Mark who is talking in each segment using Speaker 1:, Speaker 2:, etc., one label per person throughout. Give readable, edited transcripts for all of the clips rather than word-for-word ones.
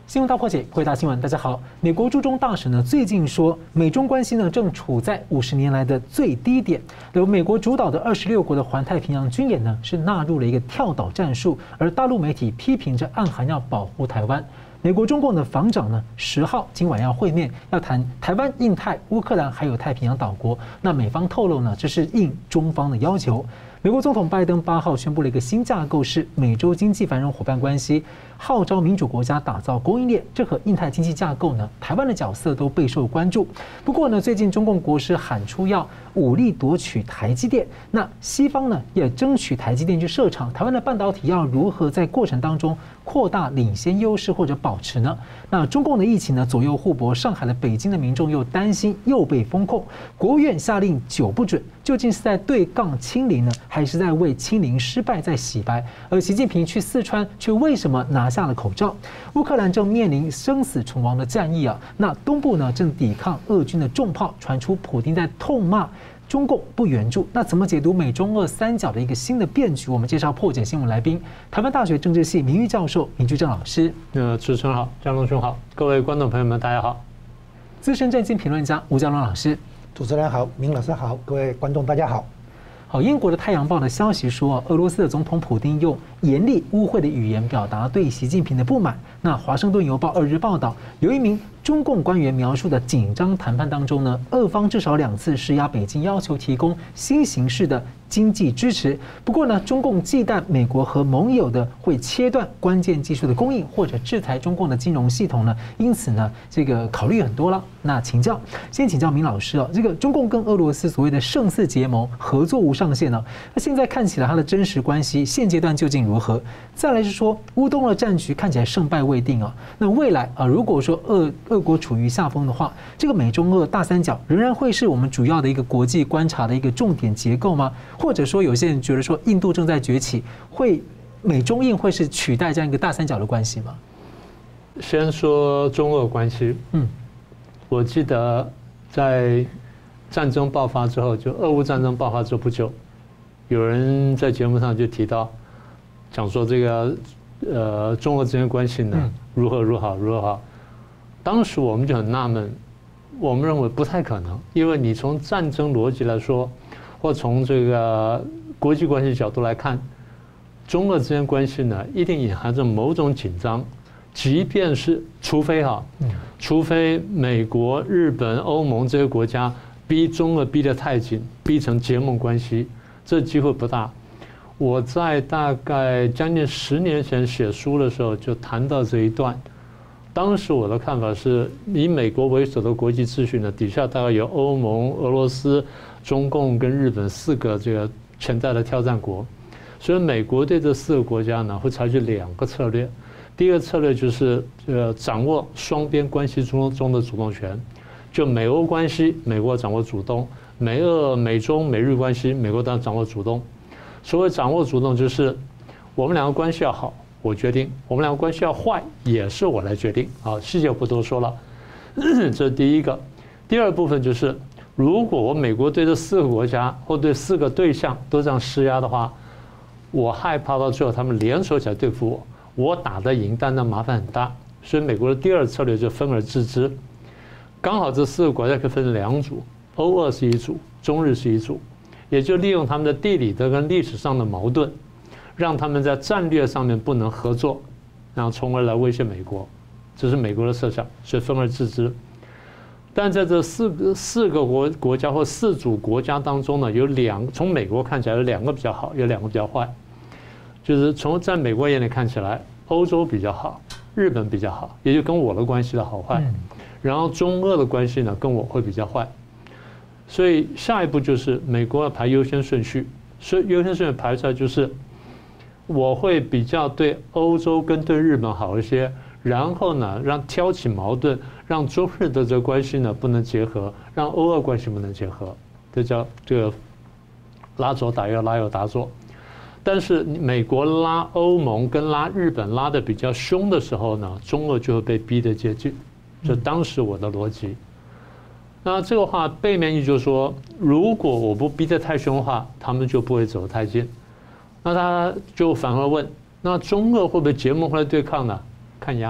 Speaker 1: 新闻大破解，回答新闻，大家好。美国驻中大使呢最近说，美中关系呢正处在50年来的最低点。由美国主导的26国的环太平洋军演呢是纳入了一个跳岛战术，而大陆媒体批评着暗含要保护台湾。美国中共的防长呢10号今晚要会面，要谈台湾、印太、乌克兰还有太平洋岛国。那美方透露呢，这是应中方的要求。美国总统拜登8号宣布了一个新架构，是美洲经济繁荣伙伴关系，号召民主国家打造供应链。这和印太经济架构呢，台湾的角色都备受关注。不过呢，最近中共国师喊出要武力夺取台积电，那西方呢也争取台积电去设厂，台湾的半导体要如何在过程当中扩大领先优势或者保持呢？那中共的疫情呢左右互搏，上海的、北京的民众又担心又被封控，国务院下令9不准，究竟是在对抗清零呢，还是在为清零失败在洗白？而习近平去四川，却为什么拿下了口罩？乌克兰正面临生死存亡的战役啊，那东部呢正抵抗俄军的重炮，传出普丁在痛骂中共不援助。那怎么解读美中俄三角的一个新的变局？我们介绍破解新闻来宾，台湾大学政治系名誉教授林居正老师。
Speaker 2: 主持人好，嘉龙兄好，各位观众朋友们大家好。
Speaker 1: 资深政经评论家吴嘉龙老师。
Speaker 3: 主持人好，明老师好，各位观众大家好。
Speaker 1: 好，英国的《太阳报》的消息说，俄罗斯的总统普丁用严厉污秽的语言表达对习近平的不满。那《华盛顿邮报》2日报道，有一名中共官员描述的紧张谈判当中呢，俄方至少2次施压北京，要求提供新形式的经济支持。不过呢，中共忌惮美国和盟友的会切断关键技术的供应，或者制裁中共的金融系统呢，因此呢，这个考虑很多了。那先请教明老师啊，这个中共跟俄罗斯所谓的胜似结盟，合作无上限呢？那现在看起来它的真实关系现阶段究竟如何？再来是说，乌东的战局看起来胜败未定啊。那未来啊，如果说俄国处于下风的话，这个美中俄大三角仍然会是我们主要的一个国际观察的一个重点结构吗？或者说，有些人觉得说，印度正在崛起，美中印会是取代这样一个大三角的关系吗？
Speaker 2: 先说中俄关系，我记得在战争爆发之后，就俄乌战争爆发之后不久，有人在节目上就提到，讲说这个中俄之间关系呢如何好。当时我们就很纳闷，我们认为不太可能，因为你从战争逻辑来说，或从这个国际关系角度来看，中俄之间关系呢一定隐含着某种紧张，即便是除非美国、日本、欧盟这些国家逼中俄逼得太紧，逼成结盟关系，这机会不大。我在大概将近10年前写书的时候就谈到这一段。当时我的看法是，以美国为首的国际秩序呢，底下大概有欧盟、俄罗斯、中共跟日本4个这个潜在的挑战国，所以美国对这4个国家呢会采取2个策略。第一个策略就是掌握双边关系中的主动权，就美欧关系，美国掌握主动；美俄、美中、美日关系，美国当然掌握主动。所谓掌握主动，就是我们2个关系要好，我决定；我们2个关系要坏，也是我来决定。啊，细节不多说了，这是第一个。第二部分就是，如果我美国对这4个国家或对4个对象都这样施压的话，我害怕到最后他们联手起来对付我。我打得赢，但那麻烦很大，所以美国的第2策略就分而治之。刚好这4个国家可以分成2组，欧俄是一组，中日是一组，也就利用他们的地理的跟历史上的矛盾，让他们在战略上面不能合作，然后从而来威胁美国，这是美国的设想，所以分而治之。但在这四个国家或4组国家当中呢，从美国看起来有2个比较好，有2个比较坏。就是在美国眼里看起来，欧洲比较好，日本比较好，也就跟我的关系的好坏。然后中俄的关系呢，跟我会比较坏。所以下一步就是美国要排优先顺序，所以优先顺序排出来就是，我会比较对欧洲跟对日本好一些，然后呢，挑起矛盾，让中日的这个关系呢不能结合，让欧俄关系不能结合，这叫这个拉左打右，拉右打左。但是美国拉欧盟跟拉日本拉得比较凶的时候呢，中俄就会被逼得接近，这当时我的逻辑。那这个话背面意就是说，如果我不逼得太凶的话，他们就不会走得太近。那他就反而问，那中俄会不会结盟回来对抗呢？看压力，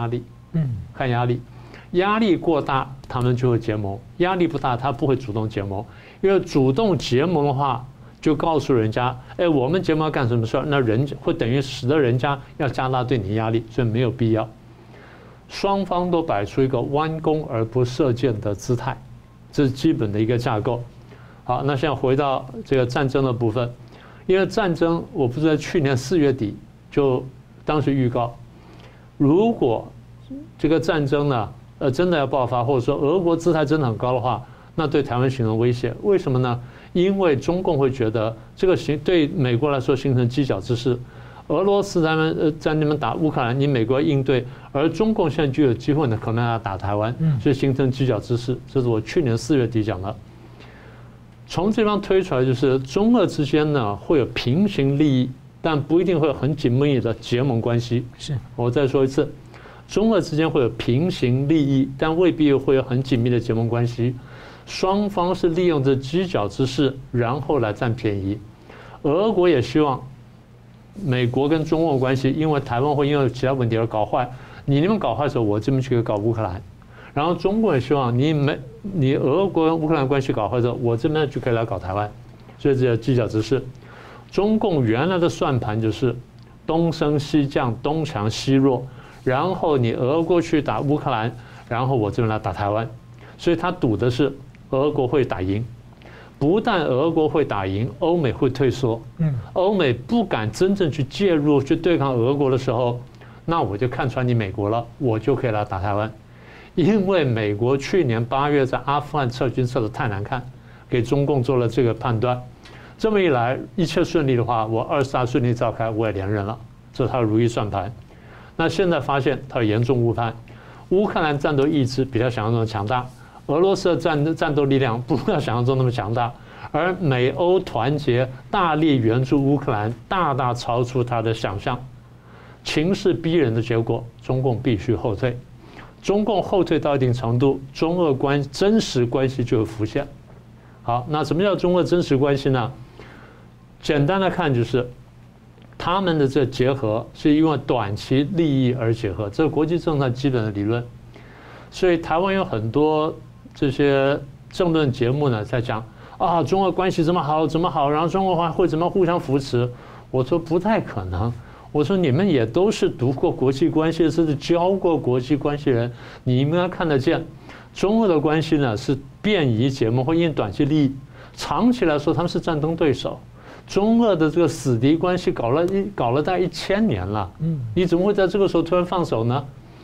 Speaker 2: 看压力，压力过大，他们就会结盟；压力不大，他不会主动结盟。因为主动结盟的话，就告诉人家，哎，我们结盟要干什么事儿，那人会等于使得人家要加大对你压力，所以没有必要。双方都摆出一个弯弓而不射箭的姿态，这是基本的一个架构。好，那现在回到这个战争的部分，因为战争，我不是在去年4月底就当时预告，如果这个战争呢，真的要爆发，或者说俄国姿态真的很高的话，那对台湾形成威胁。为什么呢？因为中共会觉得这个对美国来说形成犄角之势。俄罗斯在那边打乌克兰，你美国应对，而中共现在就有机会呢，可能要打台湾，所以形成犄角之势。这是我去年4月底讲的。从这方推出来，就是中俄之间呢会有平行利益，但不一定会有很紧密的结盟关系。
Speaker 1: 是，
Speaker 2: 我再说一次，中俄之间会有平行利益，但未必会有很紧密的结盟关系。双方是利用这犄角之势，然后来占便宜。俄国也希望美国跟中俄关系，因为台湾会因为其他问题而搞坏，你们搞坏的时候，我这边去搞乌克兰。然后中国也希望你俄国跟乌克兰关系搞坏之后，我这边就可以来搞台湾，所以这叫犄角之势。中共原来的算盘就是东升西降，东强西弱，然后你俄国去打乌克兰，然后我这边来打台湾，所以他赌的是俄国会打赢。不但俄国会打赢，欧美会退缩。欧美不敢真正去介入去对抗俄国的时候，那我就看穿你美国了，我就可以来打台湾。因为美国去年8月在阿富汗撤军撤得太难看，给中共做了这个判断。这么一来，一切顺利的话，我24顺利召开，我也连任了，这是他的如意算盘。那现在发现他有严重误判，乌克兰战斗意志比他想象中的强大，俄罗斯的战斗力量不如他想象中那么强大，而美欧团结大力援助乌克兰，大大超出他的想象。情势逼人的结果，中共必须后退。中共后退到一定程度，中俄真实关系就会浮现。好，那什么叫中俄真实关系呢？简单的看就是，他们的这结合是因为短期利益而结合，这是国际政策基本的理论。所以台湾有很多这些政论节目呢，在讲啊，中俄关系怎么好，然后中俄会怎么互相扶持。我说不太可能。我说你们也都是读过国际关系，甚至教过国际关系人，你们要看得见，中俄的关系呢是便宜结盟，会因短期利益，长期来说他们是战争对手。中俄的这个死敌关系搞了大概1000年了，你怎么会在这个时候突然放手呢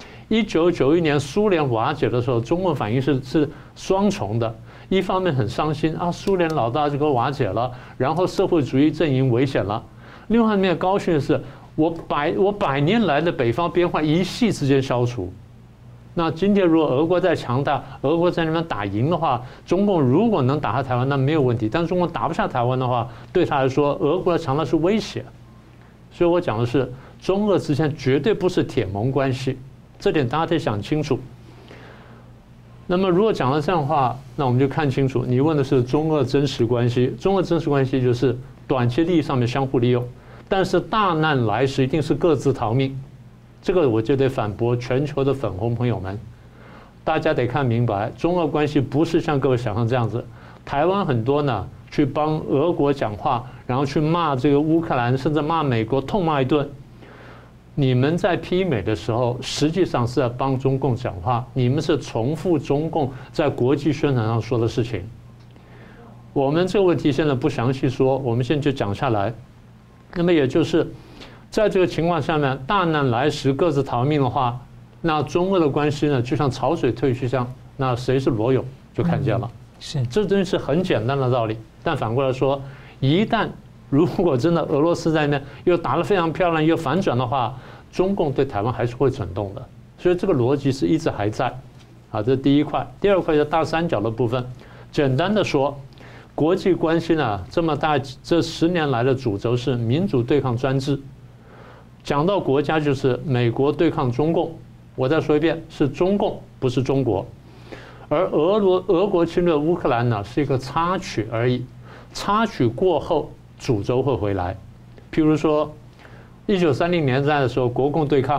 Speaker 2: ？1991年苏联瓦解的时候，中俄反应是双重的，一方面很伤心啊，苏联老大这个瓦解了，然后社会主义阵营危险了；另外一面高兴的是，我百年来的北方边患一夕之间消除。那今天如果俄国再强大，俄国在那边打赢的话，中共如果能打下台湾，那没有问题。但是中共打不下台湾的话，对他来说，俄国的强大是威胁。所以我讲的是，中俄之间绝对不是铁盟关系，这点大家得想清楚。那么如果讲了这样的话，那我们就看清楚，你问的是中俄真实关系，中俄真实关系就是短期利益上面相互利用。但是大难来时一定是各自逃命，这个我就得反驳全球的粉红朋友们，大家得看明白，中俄关系不是像各位想象这样子。台湾很多呢去帮俄国讲话，然后去骂这个乌克兰，甚至骂美国，痛骂一顿。你们在批美的时候，实际上是在帮中共讲话，你们是重复中共在国际宣传上说的事情。我们这个问题现在不详细说，我们现在就讲下来。那么也就是，在这个情况下面，大难来时各自逃命的话，那中俄的关系呢，就像潮水退去像，那谁是裸泳就看见了。
Speaker 1: 是，
Speaker 2: 这真是很简单的道理。但反过来说，一旦如果真的俄罗斯在那又打得非常漂亮又反转的话，中共对台湾还是会蠢动的。所以这个逻辑是一直还在。啊，这是第一块。第二块就是大三角的部分。简单的说，国际关系呢这么大，这10年来的主轴是民主对抗专制。讲到国家就是美国对抗中共，我再说一遍，是中共，不是中国。而俄国侵略乌克兰呢是一个插曲而已，插曲过后主轴会回来。譬如说，1930年代的时候国共对抗，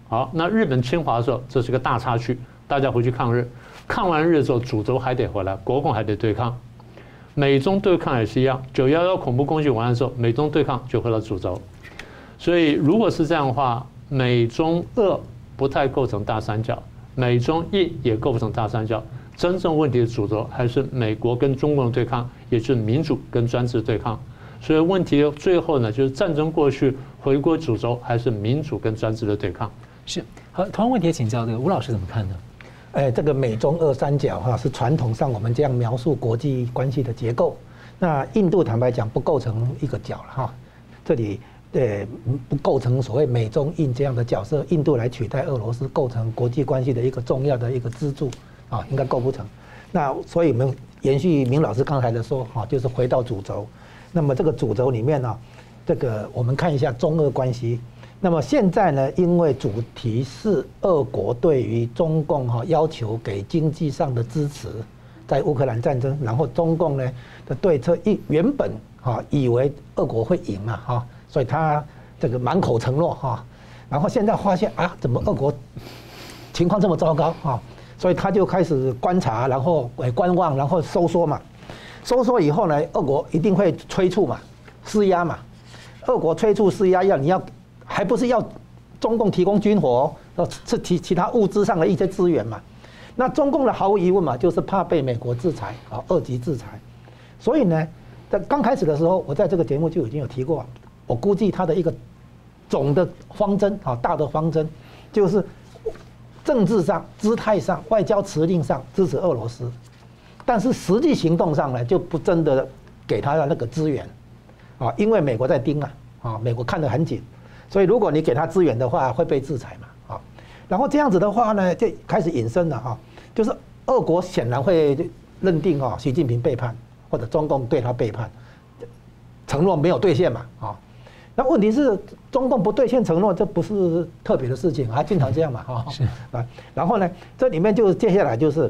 Speaker 2: 好，那日本侵华的时候，这是个大插曲，大家回去抗日，抗完日之后，主轴还得回来，国共还得对抗。美中对抗也是一样，911恐怖攻击完的时候，美中对抗就回到主轴。所以如果是这样的话，美中俄不太构成大三角，美中印也构不成大三角。真正问题的主轴还是美国跟中共的对抗，也就是民主跟专制对抗。所以问题最后呢，就是战争过去，回归主轴还是民主跟专制的对抗。
Speaker 1: 是好，同样问题也请教这个吴老师怎么看呢？
Speaker 3: 这个美中俄三角哈是传统上我们这样描述国际关系的结构。那印度坦白讲不构成一个角了哈，这里不构成所谓美中印这样的角色，印度来取代俄罗斯构成国际关系的一个重要的一个支柱啊，应该构不成。那所以我们延续明老师刚才的说哈，就是回到主轴。那么这个主轴里面呢，这个我们看一下中俄关系。那么现在呢，因为主题是俄国对于中共要求给经济上的支持，在乌克兰战争，然后中共呢的对策原本以为俄国会赢嘛所以他这个满口承诺然后现在发现啊，怎么俄国情况这么糟糕所以他就开始观察，然后观望，然后收缩嘛。收缩以后呢，俄国一定会催促嘛，施压嘛。俄国催促施压你要。还不是要中共提供军火是其他物资上的一些资源嘛？那中共的毫无疑问嘛，就是怕被美国制裁2级制裁。所以呢，在刚开始的时候，我在这个节目就已经有提过，我估计它的一个总的方针大的方针，就是政治上、姿态上、外交辞令上支持俄罗斯，但是实际行动上呢，就不真的给他的那个资源因为美国在盯美国看得很紧。所以，如果你给他资源的话，会被制裁嘛，然后这样子的话呢，就开始引申了就是俄国显然会认定习近平背叛，或者中共对他背叛，承诺没有兑现嘛，那问题是中共不兑现承诺，这不是特别的事情，还经常这样嘛，
Speaker 1: 是
Speaker 3: 然后呢，这里面就接下来就是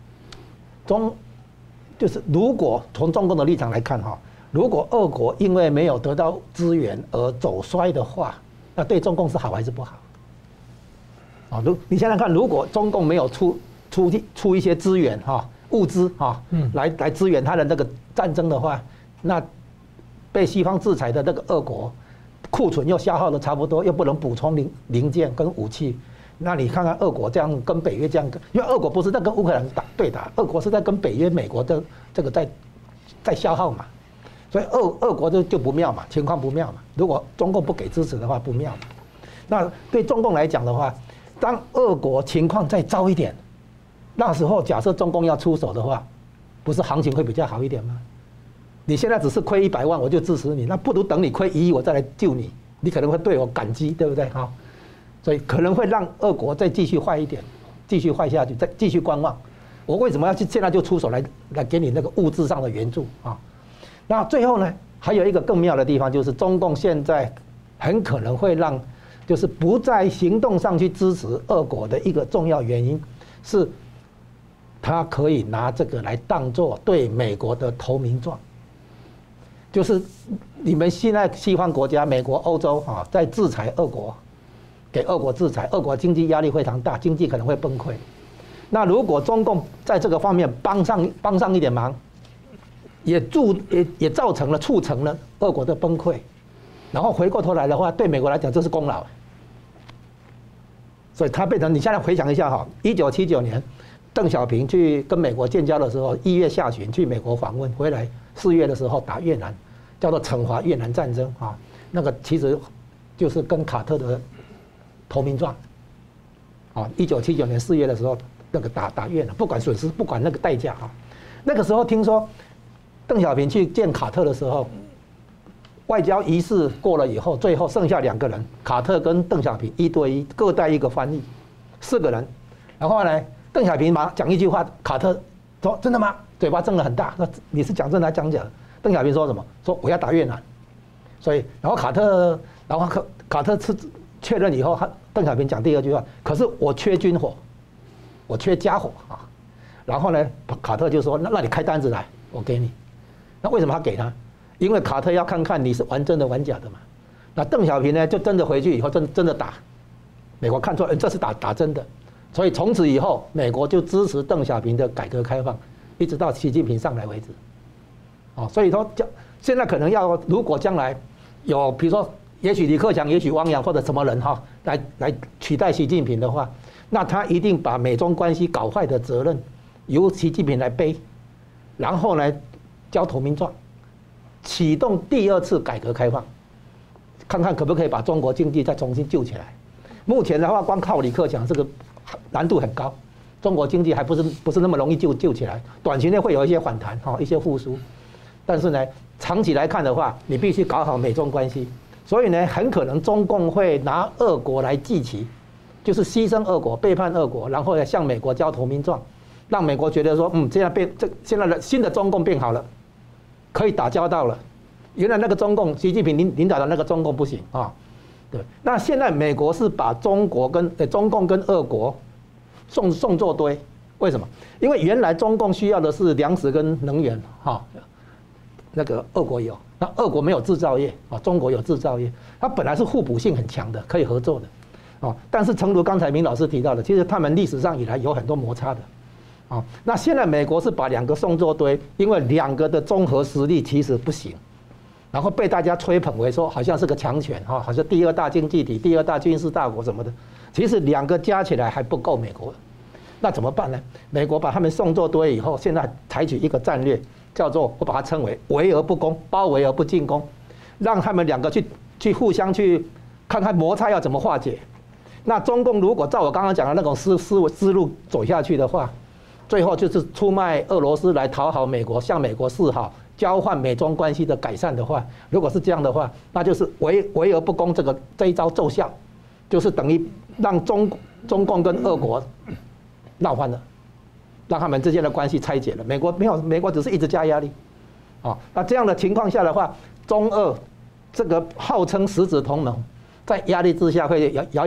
Speaker 3: 如果从中共的立场来看如果俄国因为没有得到资源而走衰的话，那对中共是好还是不好？你想想看，如果中共没有出一些资源物资来支援他的那个战争的话，那被西方制裁的那个俄国库存又消耗的差不多，又不能补充零件跟武器，那你看看俄国这样跟北约这样，因为俄国不是在跟乌克兰对打，俄国是在跟北约、美国的这个在消耗嘛。所以俄国就不妙嘛，情况不妙嘛。如果中共不给支持的话，不妙嘛。那对中共来讲的话，当俄国情况再糟一点，那时候假设中共要出手的话，不是行情会比较好一点吗？你现在只是亏100万，我就支持你，那不如等你亏1亿，我再来救你，你可能会对我感激，对不对？所以可能会让俄国再继续坏一点，继续坏下去，再继续观望。我为什么要现在就出手来给你那个物质上的援助那最后呢，还有一个更妙的地方，就是中共现在很可能会让，就是不在行动上去支持俄国的一个重要原因，是他可以拿这个来当作对美国的投名状，就是你们现在西方国家、美国、欧洲在制裁俄国，给俄国制裁，俄国经济压力非常大，经济可能会崩溃。那如果中共在这个方面帮上一点忙，也造成了促成了俄国的崩溃，然后回过头来的话，对美国来讲这是功劳。所以它变成你现在回想一下1979年，邓小平去跟美国建交的时候，1月下旬去美国访问，回来4月的时候打越南，叫做惩罚越南战争那个其实就是跟卡特的投名状1979年4月的时候，那个打越南，不管损失，不管那个代价那个时候听说。邓小平去见卡特的时候，外交仪式过了以后，最后剩下2个人，卡特跟邓小平1对1，各带一个翻译，4个人。然后呢，邓小平讲一句话，卡特说：“真的吗？”嘴巴睁得很大，说：“你是讲真的还是讲假的？”邓小平说什么？说：“我要打越南。”所以，然后卡特确认以后，邓小平讲第2句话：“可是我缺军火，我缺家伙然后呢，卡特就说：“那你开单子来，我给你。”那为什么他给他？因为卡特要看看你是玩真的玩假的嘛。那邓小平呢，就真的回去以后真的打， 美国看出来，这是打真的，所以从此以后，美国就支持邓小平的改革开放，一直到习近平上来为止。所以说现在可能如果将来有比如说，也许李克强，也许汪洋或者什么人来取代习近平的话，那他一定把美中关系搞坏的责任由习近平来背，然后呢交投名状，启动第2次改革开放，看看可不可以把中国经济再重新救起来。目前的话，光靠李克强这个难度很高，中国经济还不是那么容易救起来，短期内会有一些反弹，一些复苏。但是呢，长期来看的话，你必须搞好美中关系。所以呢，很可能中共会拿俄国来祭旗，就是牺牲俄国、背叛俄国，然后呢向美国交投名状，让美国觉得说，现在的新的中共变好了，可以打交道了。原来那个中共，习近平领导的那个中共不行啊。对，那现在美国是把中共跟俄国送作堆，为什么？因为原来中共需要的是粮食跟能源那个俄国有，那俄国没有制造业中国有制造业，它本来是互补性很强的，可以合作的但是诚如刚才明老师提到的，其实他们历史上以来有很多摩擦的那现在美国是把2个送作堆，因为2个的综合实力其实不行，然后被大家吹捧为说好像是个强权好像第2大经济体、第2大军事大国什么的，其实2个加起来还不够美国。那怎么办呢？美国把他们送作堆以后，现在采取一个战略，叫做我把它称为围而不攻，包围而不进攻，让他们2个去互相去看看摩擦要怎么化解。那中共如果照我刚刚讲的那种思路走下去的话，最后就是出卖俄罗斯来讨好美国，向美国示好，交换美中关系的改善的话，如果是这样的话，那就是围而不攻这一招奏效，就是等于让中共跟俄国闹翻了，让他们之间的关系拆解了。美国只是一直加压力，那这样的情况下的话，中俄这个号称实质同盟，在压力之下会摇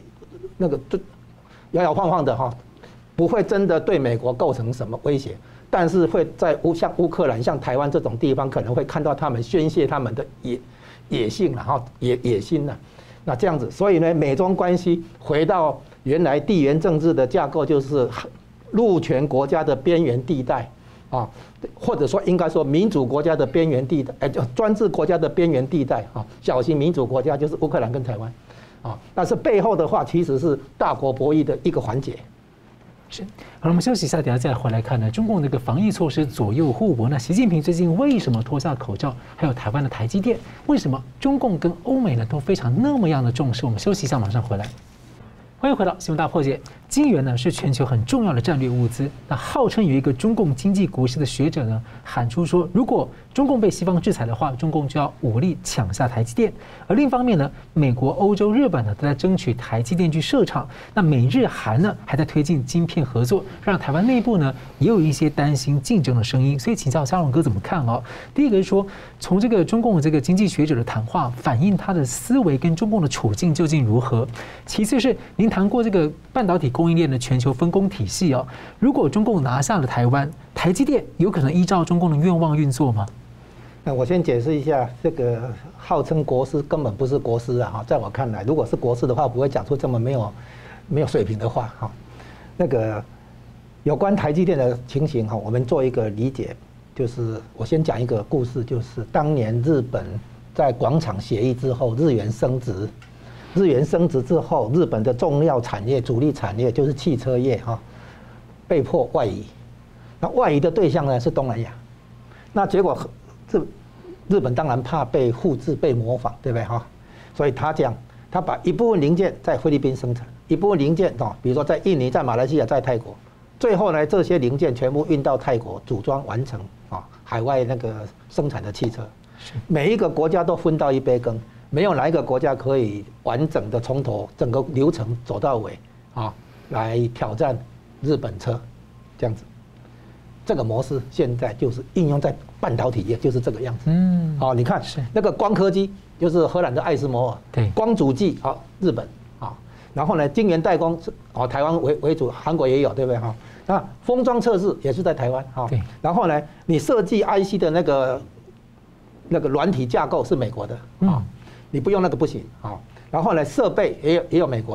Speaker 3: 摇晃晃的不会真的对美国构成什么威胁，但是会在像乌克兰、像台湾这种地方，可能会看到他们宣泄他们的野性野心了。那这样子，所以呢，美中关系回到原来地缘政治的架构，就是陆权国家的边缘地带或者说应该说民主国家的边缘地带，就专制国家的边缘地带小型民主国家就是乌克兰跟台湾但是背后的话其实是大国博弈的一个环节。
Speaker 1: 是，好了，我们休息一下，等下再回来看呢。中共那个防疫措施左右互搏，那习近平最近为什么脱下口罩？还有台湾的台积电，为什么中共跟欧美呢都非常那么样的重视？我们休息一下，马上回来。欢迎回到新闻大破解。晶圆呢是全球很重要的战略物资。那号称有一个中共经济国师的学者呢喊出说，如果中共被西方制裁的话，中共就要武力抢下台积电。而另一方面呢，美国、欧洲、日本呢都在争取台积电去设厂。那美日韩呢还在推进晶片合作，让台湾内部呢也有一些担心竞争的声音。所以请教嘉荣哥怎么看第一个是说，从这个中共的这个经济学者的谈话，反映他的思维跟中共的处境究竟如何？其次是您谈过这个半导体供应链的全球分工体系如果中共拿下了台湾，台积电有可能依照中共的愿望运作吗？
Speaker 3: 那我先解释一下，这个号称国师根本不是国师在我看来，如果是国师的话，不会讲出这么没有水平的话那个有关台积电的情形我们做一个理解，就是我先讲一个故事，就是当年日本在广场协议之后，日元升值之后，日本的重要产业、主力产业就是汽车业被迫外移。那外移的对象呢是东南亚。那结果日本当然怕被复制、被模仿，对不对所以他把一部分零件在菲律宾生产，一部分零件比如说在印尼、在马来西亚、在泰国，最后呢这些零件全部运到泰国组装完成海外那个生产的汽车。每一个国家都分到一杯羹。没有哪一个国家可以完整的从头整个流程走到尾来挑战日本车，这样子。这个模式现在就是应用在半导体业，就是这个样子。你看那个光刻机就是荷兰的艾斯摩尔，对，光阻剂日本然后呢晶圆代工是台湾为主，韩国也有，对不对那封装测试也是在台湾对，然后呢你设计 IC 的那个软体架构是美国的你不用那个不行然后呢，设备也有美国的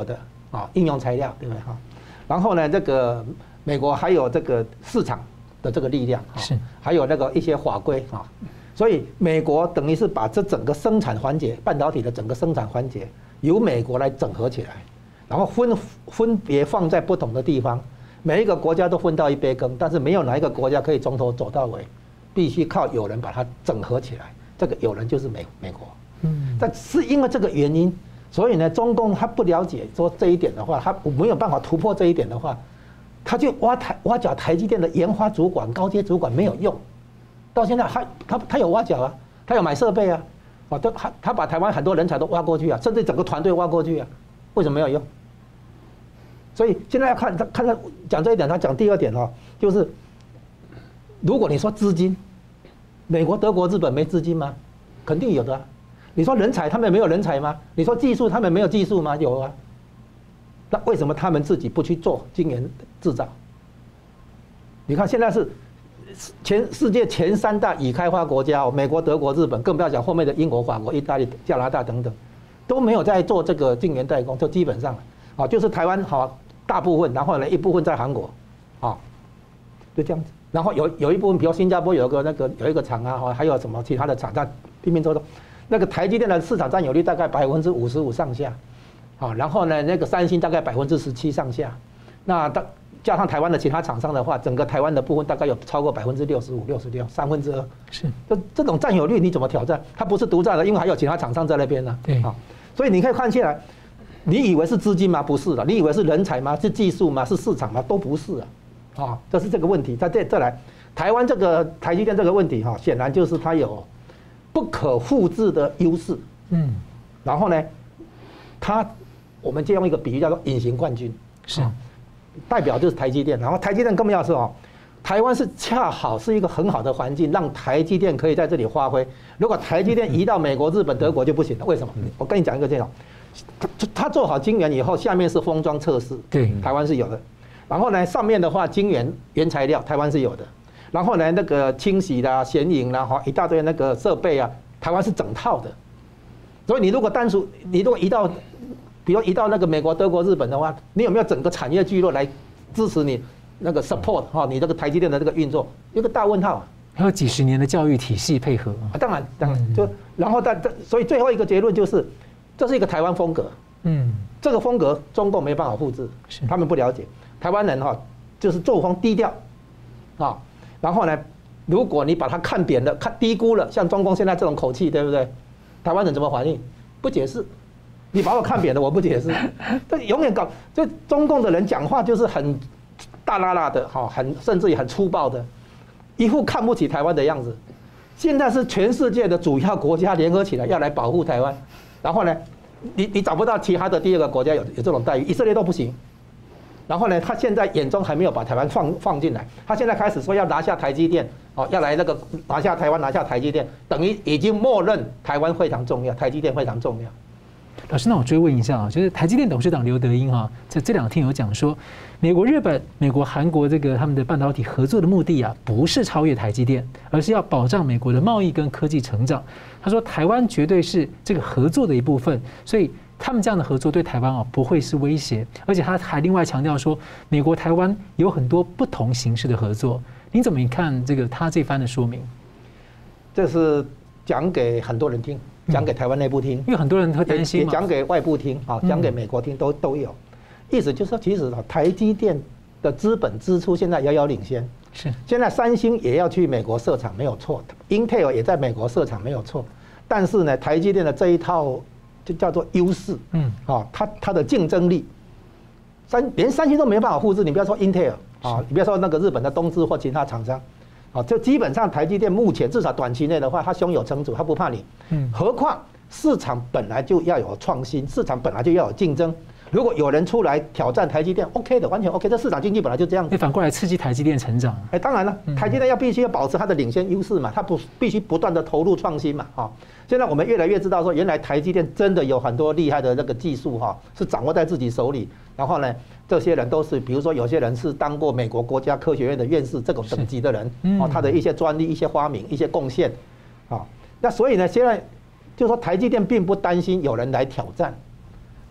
Speaker 3: 应用材料，对不对哈？然后呢，这个美国还有这个市场的这个力量，
Speaker 1: 是，
Speaker 3: 还有那个一些法规啊，所以美国等于是把这整个生产环节，半导体的整个生产环节由美国来整合起来，然后分别放在不同的地方，每一个国家都分到一杯羹，但是没有哪一个国家可以从头走到尾，必须靠有人把它整合起来，这个有人就是美国。但是因为这个原因，所以呢，中共他不了解说这一点的话，他没有办法突破这一点的话，他就挖角台积电的研发主管、高阶主管没有用，到现在他有挖角啊，他有买设备啊，他把台湾很多人才都挖过去啊，甚至整个团队挖过去啊，为什么没有用？所以现在要看他讲这一点，他讲第二点就是如果你说资金，美国、德国、日本没资金吗？肯定有的啊。你说人才，他们没有人才吗？你说技术，他们没有技术吗？有啊。那为什么他们自己不去做晶圆制造？你看现在是世界前3大已开发国家，美国、德国、日本，更不要讲后面的英国、法国、意大利、加拿大等等，都没有在做这个晶圆代工，就基本上就是台湾大部分，然后呢一部分在韩国，就这样子。然后有一部分，比如新加坡有一个厂啊，还有什么其他的厂在拼命做动。那个台积电的市场占有率大概55%上下，然后呢，那个三星大概17%上下，那加上台湾的其他厂商的话，整个台湾的部分大概有超过65%、66%，三分之二。
Speaker 1: 是，
Speaker 3: 这种占有率你怎么挑战？它不是独占的，因为还有其他厂商在那边呢。
Speaker 1: 对，
Speaker 3: 所以你可以看起来，你以为是资金吗？不是的，你以为是人才吗？是技术吗？是市场吗？都不是啊，这是这个问题。再来，台湾这个台积电这个问题显然就是它有不可复制的优势，然后呢，我们借用一个比喻叫做隐形冠军，
Speaker 1: 是，
Speaker 3: 代表就是台积电，然后台积电更重要是台湾是恰好是一个很好的环境，让台积电可以在这里发挥。如果台积电移到美国、日本、德国就不行了，为什么？我跟你讲一个这种，他做好晶圆以后，下面是封装测试，
Speaker 1: 对，
Speaker 3: 台湾是有的，然后呢，上面的话晶圆原材料台湾是有的。然后呢，那个清洗啦、显影啦，一大堆那个设备啊，台湾是整套的。所以你如果移到，比如移到那个美国、德国、日本的话，你有没有整个产业聚落来支持你那个 support 你这个台积电的这个运作？一个大问号。
Speaker 1: 还有几十年的教育体系配合。
Speaker 3: 当然，然后所以最后一个结论就是，这是一个台湾风格。这个风格中共没办法复制，他们不了解。台湾人就是作风低调，然后呢，如果你把它看扁了、看低估了，像中共现在这种口气，对不对？台湾人怎么反应？不解释。你把我看扁了，我不解释。这永远就中共的人讲话就是很大剌剌的，甚至于很粗暴的，一副看不起台湾的样子。现在是全世界的主要国家联合起来要来保护台湾，然后呢，你找不到其他的第二个国家有这种待遇，以色列都不行。然后呢，他现在眼中还没有把台湾放进来，他现在开始说要拿下台积电，要来拿下台湾、拿下台积电，等于已经默认台湾非常重要，台积电非常重要。
Speaker 1: 老师，那我追问一下就是台积电董事长刘德音在这2天有讲说，美国、日本、美国、韩国他们的半导体合作的目的不是超越台积电，而是要保障美国的贸易跟科技成长。他说台湾绝对是这个合作的一部分，所以他们这样的合作对台湾不会是威胁，而且他还另外强调说，美国台湾有很多不同形式的合作。您怎么看他这番的说明？
Speaker 3: 这是讲给很多人听，讲给台湾内部听，
Speaker 1: 因为很多人会担心嘛，
Speaker 3: 也讲给外部听讲给美国听都有。意思就是说，其实台积电的资本支出现在遥遥领先，
Speaker 1: 是现
Speaker 3: 在三星也要去美国设厂没有错 ，Intel 也在美国设厂没有错，但是呢，台积电的这一套就叫做优势，它的竞争力，连三星都没办法复制，你不要说 Intel 你不要说那个日本的东芝或其他厂商，就基本上台积电目前至少短期内的话，它胸有成竹，它不怕你，何况市场本来就要有创新，市场本来就要有竞争。如果有人出来挑战台积电 ，OK 的，完全 OK。这市场经济本来就这样子。
Speaker 1: 反过来刺激台积电成长。
Speaker 3: 当然了，台积电必须要保持它的领先优势嘛，它必须不断的投入创新嘛，现在我们越来越知道说，原来台积电真的有很多厉害的那个技术是掌握在自己手里。然后呢，这些人都是，比如说有些人是当过美国国家科学院的院士这种等级的人，他的一些专利、一些发明、一些贡献，那所以呢，现在就说台积电并不担心有人来挑战。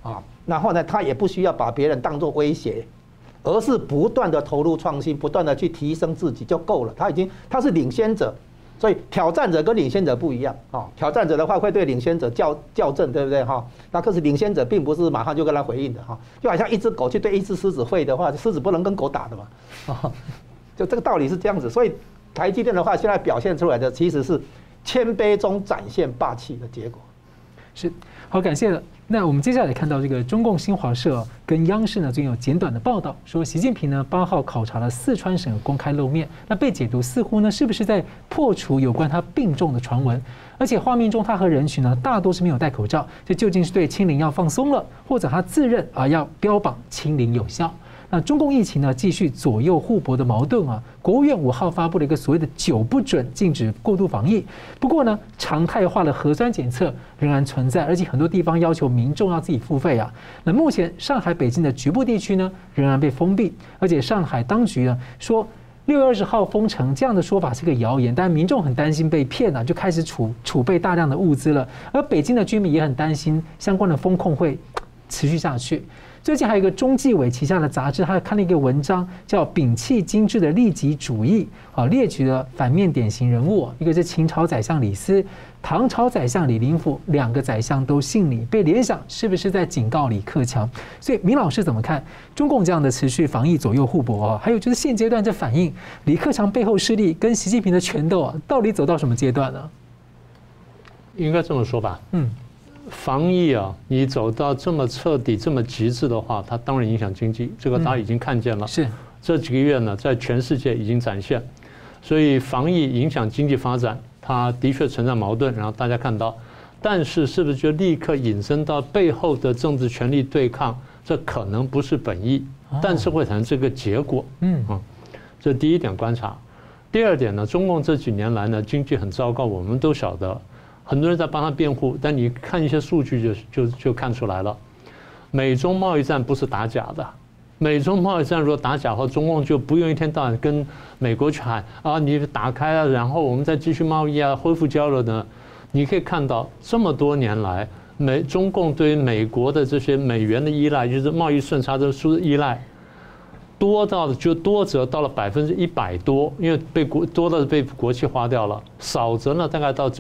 Speaker 3: 然后呢，他也不需要把别人当作威胁，而是不断的投入创新，不断的去提升自己就够了。他是领先者，所以挑战者跟领先者不一样啊。挑战者的话会对领先者校正，对不对哈？那可是领先者并不是马上就跟他回应的哈，就好像一只狗去对一只狮子吠的话，狮子不能跟狗打的嘛，啊，就这个道理是这样子。所以台积电的话，现在表现出来的其实是谦卑中展现霸气的结果。
Speaker 1: 是，好，感谢了。那我们接下来看到这个中共新华社跟央视呢，最近有简短的报道，说习近平呢8号考察了四川省公开露面，那被解读似乎呢是不是在破除有关他病重的传闻？而且画面中他和人群呢大多是没有戴口罩，这究竟是对清零要放松了，或者他自认要标榜清零有效？那中共疫情呢继续左右互搏的矛盾啊，国务院5号发布了一个所谓的9不准，禁止过度防疫。不过呢，常态化的核酸检测仍然存在，而且很多地方要求民众要自己付费啊。那目前上海、北京的局部地区呢仍然被封闭，而且上海当局呢说6月20号封城这样的说法是个谣言，但民众很担心被骗啊，就开始储备大量的物资了。而北京的居民也很担心相关的封控会持续下去。最近还有一个中纪委旗下的杂志，他看了一个文章，叫《摒弃精致的利己主义》，列举了反面典型人物，一个是秦朝宰相李斯，唐朝宰相李林甫，2个宰相都姓李，被联想是不是在警告李克强？所以明老师怎么看中共这样的持续防疫左右互搏？还有就是现阶段这反映李克强背后势力跟习近平的权斗到底走到什么阶段呢？
Speaker 2: 应该这么说吧，防疫啊，你走到这么彻底、这么极致的话，它当然影响经济，这个大家已经看见了。
Speaker 1: 是
Speaker 2: 这几个月呢，在全世界已经展现，所以防疫影响经济发展，它的确存在矛盾，然后大家看到，但是是不是就立刻引申到背后的政治权力对抗？这可能不是本意，但是会产生这个结果。这第一点观察。第二点呢，中共这几年来呢，经济很糟糕，我们都晓得。很多人在帮他辩护，但你看一些数据就看出来了。美中贸易战不是打假的，美中贸易战如果打假的话，中共就不用一天到晚跟美国去喊啊，你打开啊，然后我们再继续贸易啊，恢复交流呢。你可以看到这么多年来，中共对于美国的这些美元的依赖，就是贸易顺差的依赖。多则到了100%多，因为多的被国企花掉了，少则呢大概到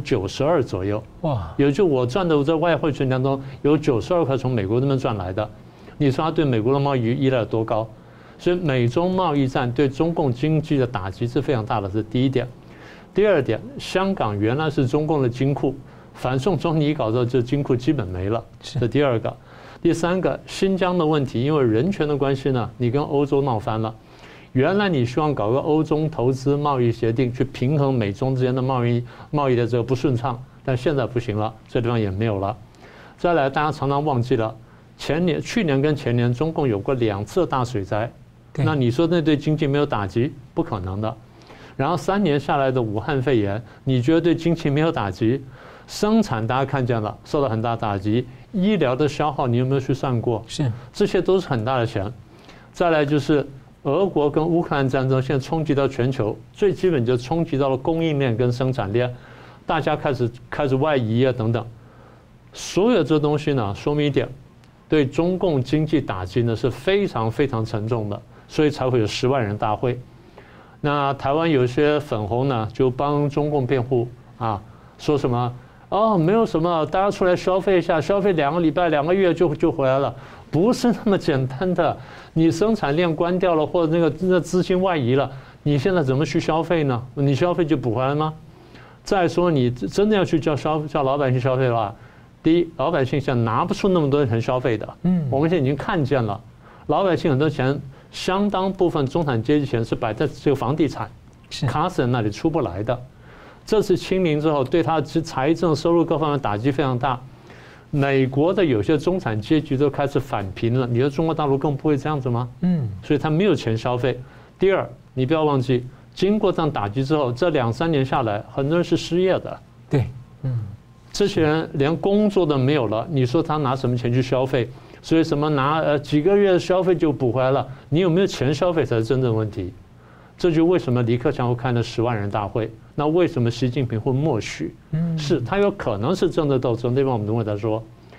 Speaker 2: 92%左右。哇！也就我赚的在外汇存量中有92块从美国那边赚来的，你说他对美国的贸易依赖有多高？所以美中贸易战对中共经济的打击是非常大的，是第一点。第二点，香港原来是中共的金库，反送中你搞到这金库基本没了，这第二个。第三个，新疆的问题，因为人权的关系呢，你跟欧洲闹翻了。原来你希望搞个欧中投资贸易协定，去平衡美中之间的贸易的这个不顺畅，但现在不行了，这地方也没有了。再来，大家常常忘记了，去年跟前年，中共有过2次大水灾，那你说那对经济没有打击？不可能的。然后3年下来的武汉肺炎，你觉得对经济没有打击？生产大家看见了，受到很大打击。医疗的消耗，你有没有去算过？
Speaker 1: 是，
Speaker 2: 这些都是很大的钱。再来就是俄国跟乌克兰战争，现在冲击到全球，最基本就冲击到了供应链跟生产链，大家开始外移啊等等。所有这东西呢，说明一点，对中共经济打击呢是非常非常沉重的，所以才会有10万人大会。那台湾有些粉红呢，就帮中共辩护啊，说什么？没有什么，大家出来消费一下，消费2个礼拜、2个月就回来了，不是那么简单的。你生产链关掉了，或者那资金外移了，你现在怎么去消费呢？你消费就补回来吗？再说，你真的要去叫老百姓消费的话，第一，老百姓现在拿不出那么多钱消费的。我们现在已经看见了，老百姓很多钱，相当部分中产阶级钱是摆在这个房地产、卡死人那里出不来的。这次清零之后，对他财政收入各方面打击非常大。美国的有些中产阶级都开始返贫了，你说中国大陆更不会这样子吗？所以他没有钱消费。第二，你不要忘记，经过这样打击之后，这2、3年下来，很多人是失业的。
Speaker 1: 对，
Speaker 2: 这些人连工作都没有了，你说他拿什么钱去消费？所以什么拿几个月的消费就补回来了？你有没有钱消费才是真正问题。这就为什么李克强会开了10万人大会。那为什么习近平会默许？是他有可能是政治斗争，那边我们等会再说。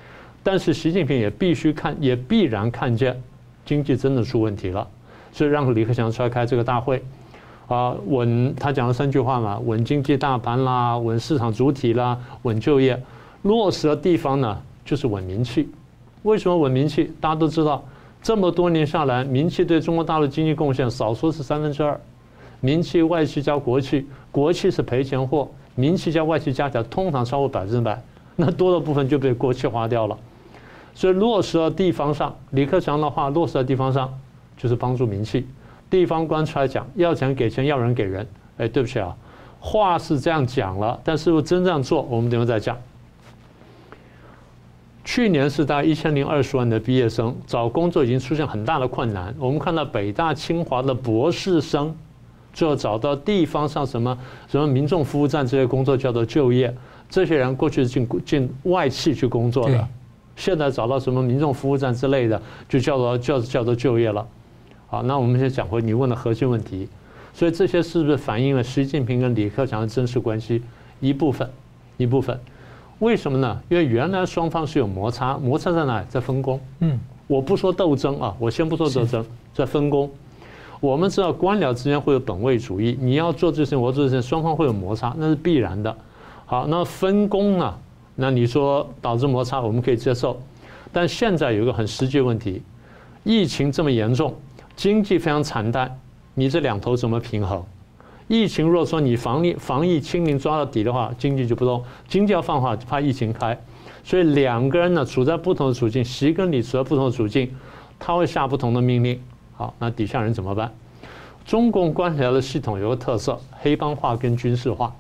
Speaker 2: 但是习近平也必然看见经济真的出问题了，所以让李克强出来开这个大会，他讲了3句话嘛，稳经济大盘啦，稳市场主体啦，稳就业，落实的地方呢就是稳民气。为什么稳民气？大家都知道，这么多年下来，民气对中国大陆经济贡献少说是2/3，民气、外企加国企，国企是赔钱货，民企加外企加起来通常超过100%，那多的部分就被国企花掉了。所以落实到地方上，李克强的话落实到地方上就是帮助民气。地方官出来讲，要钱给钱，要人给人。哎，对不起啊，话是这样讲了，但是真正做，我们等会再讲。去年是大概1020万的毕业生找工作已经出现很大的困难。我们看到北大、清华的博士生，最后找到地方上什么民众服务站这些工作叫做就业。这些人过去是进外企去工作的，现在找到什么民众服务站之类的，就叫做就业了。好，那我们先讲回你问的核心问题。所以这些是不是反映了习近平跟李克强的真实关系？一部分。为什么呢？因为原来双方是有摩擦，摩擦在哪里？在分工。我不说斗争啊，我先不说斗争，在分工。我们知道官僚之间会有本位主义，你要做这些，我做这些，双方会有摩擦，那是必然的。好，那分工呢？那你说导致摩擦，我们可以接受。但现在有一个很实际问题，疫情这么严重，经济非常惨淡，你这两头怎么平衡？疫情如果说你防疫清零抓到底的话，经济就不动；经济要放话，怕疫情开。所以两个人呢处在不同的处境，习跟李处在不同的处境，他会下不同的命令。好，那底下人怎么办？中共官僚的系统有个特色，黑帮化跟军事化。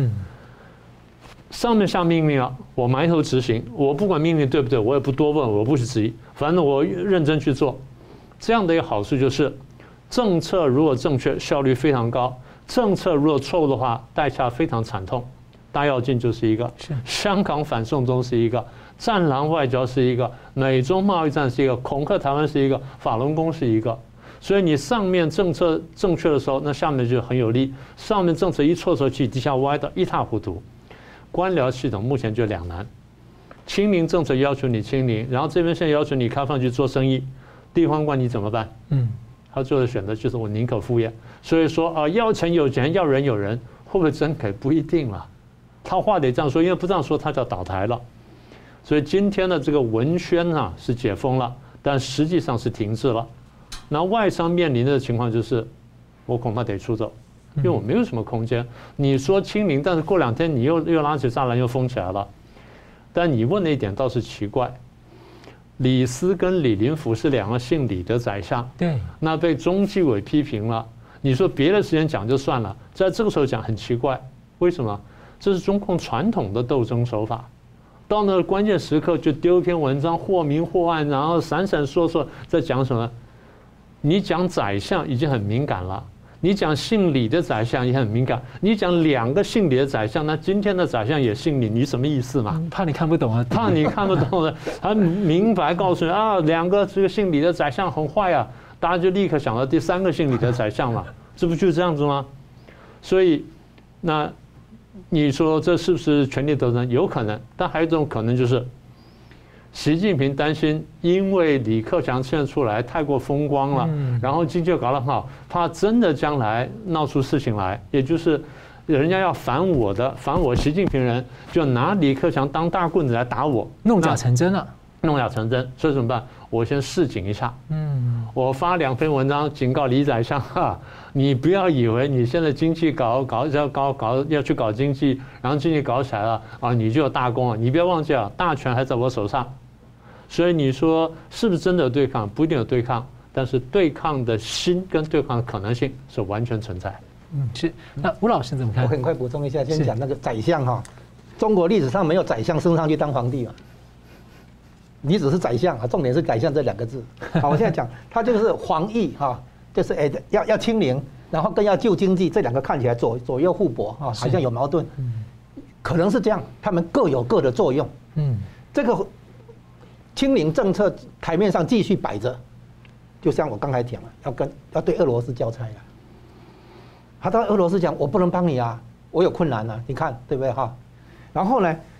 Speaker 2: 上面下命令了，我埋头执行，我不管命令对不对，我也不多问，我不去质疑，反正我认真去做。这样的一个好处就是，政策如果正确，效率非常高。政策如果错误的话，代价非常惨痛。大跃进就是一个，香港反送中是一个，战狼外交是一个，美中贸易战是一个，恐吓台湾是一个，法轮功是一个。所以你上面政策正确的时候，那下面就很有利；上面政策一错的时候，去底下歪的一塌糊涂。官僚系统目前就两难：清零政策要求你清零，然后这边现在要求你开放去做生意，地方官你怎么办？他最后的选择就是我宁可敷衍。所以说要钱有钱，要人有人，会不会真给不一定了。他话得这样说，因为不这样说他就要倒台了。所以今天的这个文宣啊是解封了，但实际上是停滞了。那外商面临的情况就是，我恐怕得出走，因为我没有什么空间。你说清零，但是过2天你又拉起栅栏又封起来了。但你问的一点倒是奇怪。李斯跟李林甫是2个姓李的宰相，
Speaker 1: 对，
Speaker 2: 那被中纪委批评了。你说别的时间讲就算了，在这个时候讲很奇怪，为什么？这是中共传统的斗争手法，到那个关键时刻就丢一篇文章，或明或暗，然后闪闪烁烁在讲什么？你讲宰相已经很敏感了，你讲姓李的宰相也很敏感，你讲2个姓李的宰相，那今天的宰相也姓李，你什么意思嘛？
Speaker 1: 怕你看不懂啊！
Speaker 2: 怕你看不懂的，他明白告诉你啊，2个这个姓李的宰相很坏啊，大家就立刻想到第3个姓李的宰相嘛，这不就这样子吗？所以，那你说这是不是权力斗争？有可能，但还有一种可能就是，习近平担心，因为李克强现在出来太过风光了，然后经济搞得很好，怕真的将来闹出事情来，也就是人家要反我习近平人，就拿李克强当大棍子来打我，
Speaker 1: 弄假成真了。
Speaker 2: 弄假成真，所以怎么办？我先示警一下，我发2篇文章警告李宰相哈，你不要以为你现在经济要去搞经济，然后经济搞起来了啊，你就有大功了。你不要忘记了，大权还在我手上。所以你说是不是真的有对抗？不一定有对抗，但是对抗的心跟对抗的可能性是完全存在。
Speaker 1: 是。那吴老师怎么看？
Speaker 3: 我很快补充一下，先讲那个宰相哈，中国历史上没有宰相升上去当皇帝嘛。你只是宰相啊，重点是宰相这2个字。好，我现在讲，他就是防疫哈，就是要清零，然后更要救经济，这2个看起来左右互搏啊，好像有矛盾。可能是这样，他们各有各的作用。这个清零政策台面上继续摆着，就像我刚才讲了，要对俄罗斯交差了。他到俄罗斯讲，我不能帮你啊，我有困难啊，你看对不对哈？然后呢，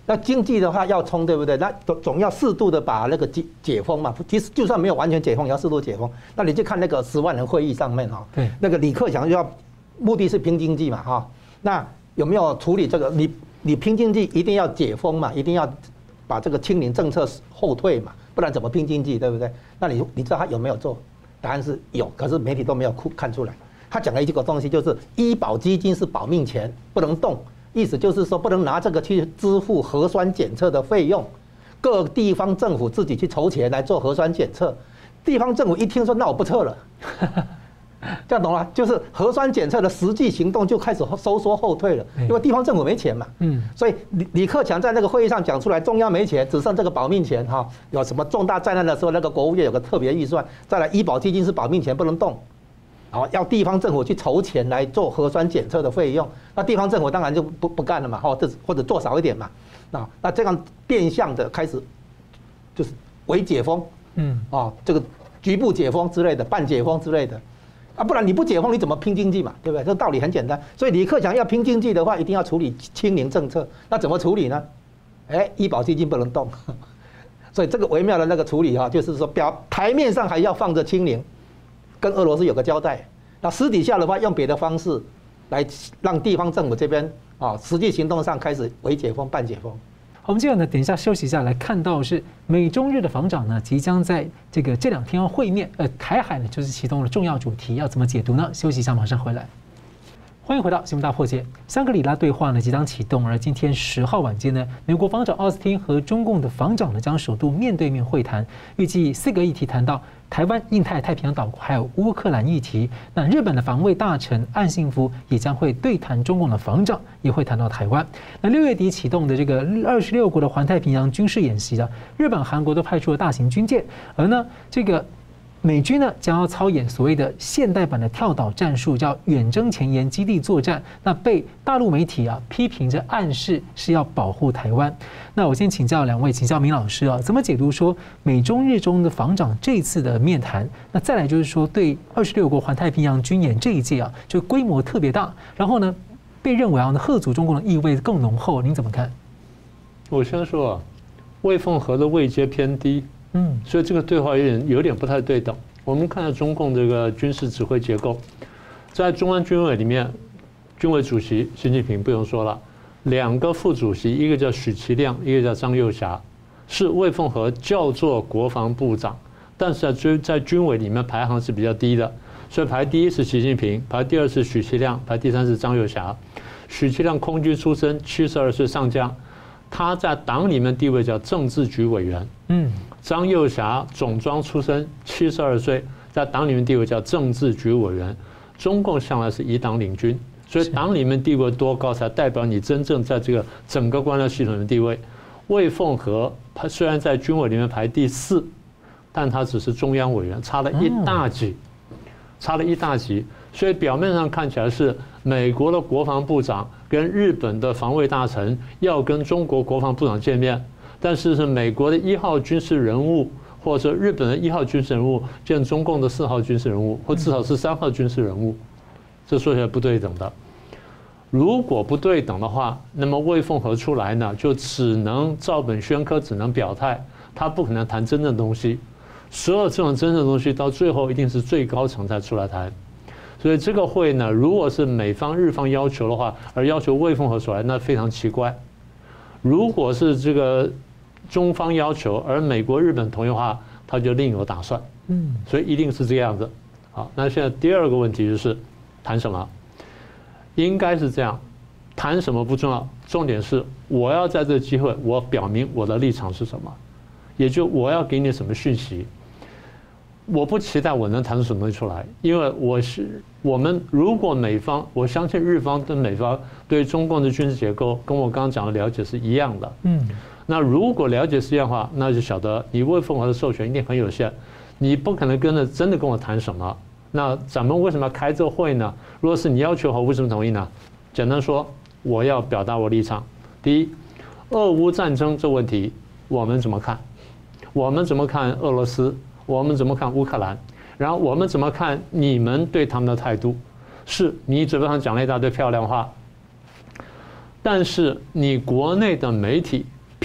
Speaker 3: 那经济的话要冲，对不对？那总要适度的把那个解封嘛。其实就算没有完全解封，也要适度解封。那你就看那个10万人会议上面哈，
Speaker 1: 对，
Speaker 3: 那个李克强就要目的是拼经济嘛哈。那有没有处理这个？你拼经济一定要解封嘛，一定要把这个清零政策后退嘛，不然怎么拼经济，对不对？那你知道他有没有做？答案是有，可是媒体都没有看出来。他讲了一个东西，就是医保基金是保命钱，不能动。意思就是说，不能拿这个去支付核酸检测的费用，各地方政府自己去筹钱来做核酸检测。地方政府一听说，那我不测了，这样懂了？就是核酸检测的实际行动就开始收缩后退了，因为地方政府没钱嘛。所以李克强在那个会议上讲出来，中央没钱，只剩这个保命钱哈。有什么重大灾难的时候，那个国务院有个特别预算，再来医保基金是保命钱，不能动。要地方政府去筹钱来做核酸检测的费用，那地方政府当然就不干了嘛，或者做少一点嘛，那这样变相的开始就是微解封，这个局部解封之类的，半解封之类的，不然你不解封你怎么拼经济嘛，对不对？这道理很简单，所以李克强要拼经济的话，一定要处理清零政策，那怎么处理呢？医保基金不能动，所以这个微妙的那个处理就是说台面上还要放着清零。跟俄罗斯有个交代，那私底下的话用别的方式来让地方政府这边实际行动上开始微解封、半解封。
Speaker 1: 我们接着呢，等一下休息一下来看到是美中日的防长呢即将在这2天要会面，台海呢就是其中的重要主题，要怎么解读呢？休息一下，马上回来。欢迎回到新闻大破解。香格里拉对话呢即将启动，而今天10号晚间呢，美国防长奥斯汀和中共的防长呢将首度面对面会谈，预计4个议题谈到台湾、印太、太平洋岛国还有乌克兰议题。那日本的防卫大臣岸信夫也将会对谈中共的防长，也会谈到台湾。那6月底启动的这个26国的环太平洋军事演习日本、韩国都派出了大型军舰，而呢这个美军呢将要操演所谓的现代版的跳岛战术，叫远征前沿基地作战。那被大陆媒体批评着暗示是要保护台湾。那我先请教2位，请教明老师怎么解读说美中日中的防长这次的面谈？那再来就是说对26国环太平洋军演这一届就规模特别大，然后呢被认为吓阻中共的意味更浓厚，您怎么看？
Speaker 2: 我先说魏凤和的位阶偏低。所以这个对话有点不太对等。我们看到中共这个军事指挥结构，在中央军委里面，军委主席习近平不用说了，2个副主席，一个叫许其亮，一个叫张又侠，是魏凤和叫做国防部长，但是在军委里面排行是比较低的，所以排第1是习近平，排第2是许其亮，排第3是张又侠。许其亮空军出身，72岁上将，他在党里面地位叫政治局委员。张又侠总装出身，72岁，在党里面地位叫政治局委员。中共向来是以党领军，所以党里面地位多高才代表你真正在这个整个官僚系统的地位。魏凤和他虽然在军委里面排第4，但他只是中央委员，差了一大级。所以表面上看起来是美国的国防部长跟日本的防卫大臣要跟中国国防部长见面。但是美国的1号军事人物，或者说日本的1号军事人物见中共的4号军事人物，或至少是3号军事人物，这说起来不对等的。如果不对等的话，那么魏凤和出来呢，就只能照本宣科，只能表态，他不可能谈真正的东西。所有这种真正的东西，到最后一定是最高层才出来谈。所以这个会呢，如果是美方、日方要求的话，而要求魏凤和出来，那非常奇怪。如果是这个中方要求，而美国、日本同意的话，他就另有打算。所以一定是这样子。好，那现在第2个问题就是谈什么？应该是这样，谈什么不重要，重点是我要在这个机会，我表明我的立场是什么，也就我要给你什么讯息。我不期待我能谈出什么东西出来，因为我们如果美方，我相信日方跟美方对中共的军事结构跟我刚刚讲的了解是一样的。那如果了解是一样的话，那就晓得你魏凤和的授权一定很有限，你不可能真的跟我谈什么。那咱们为什么要开这个会呢？如果是你要求我，为什么同意呢？简单说，我要表达我立场。第一，俄乌战争这问题我们怎么看？我们怎么看俄罗斯？我们怎么看乌克兰？然后我们怎么看你们对他们的态度？是你嘴巴上讲了一大堆漂亮话，但是你国内的媒体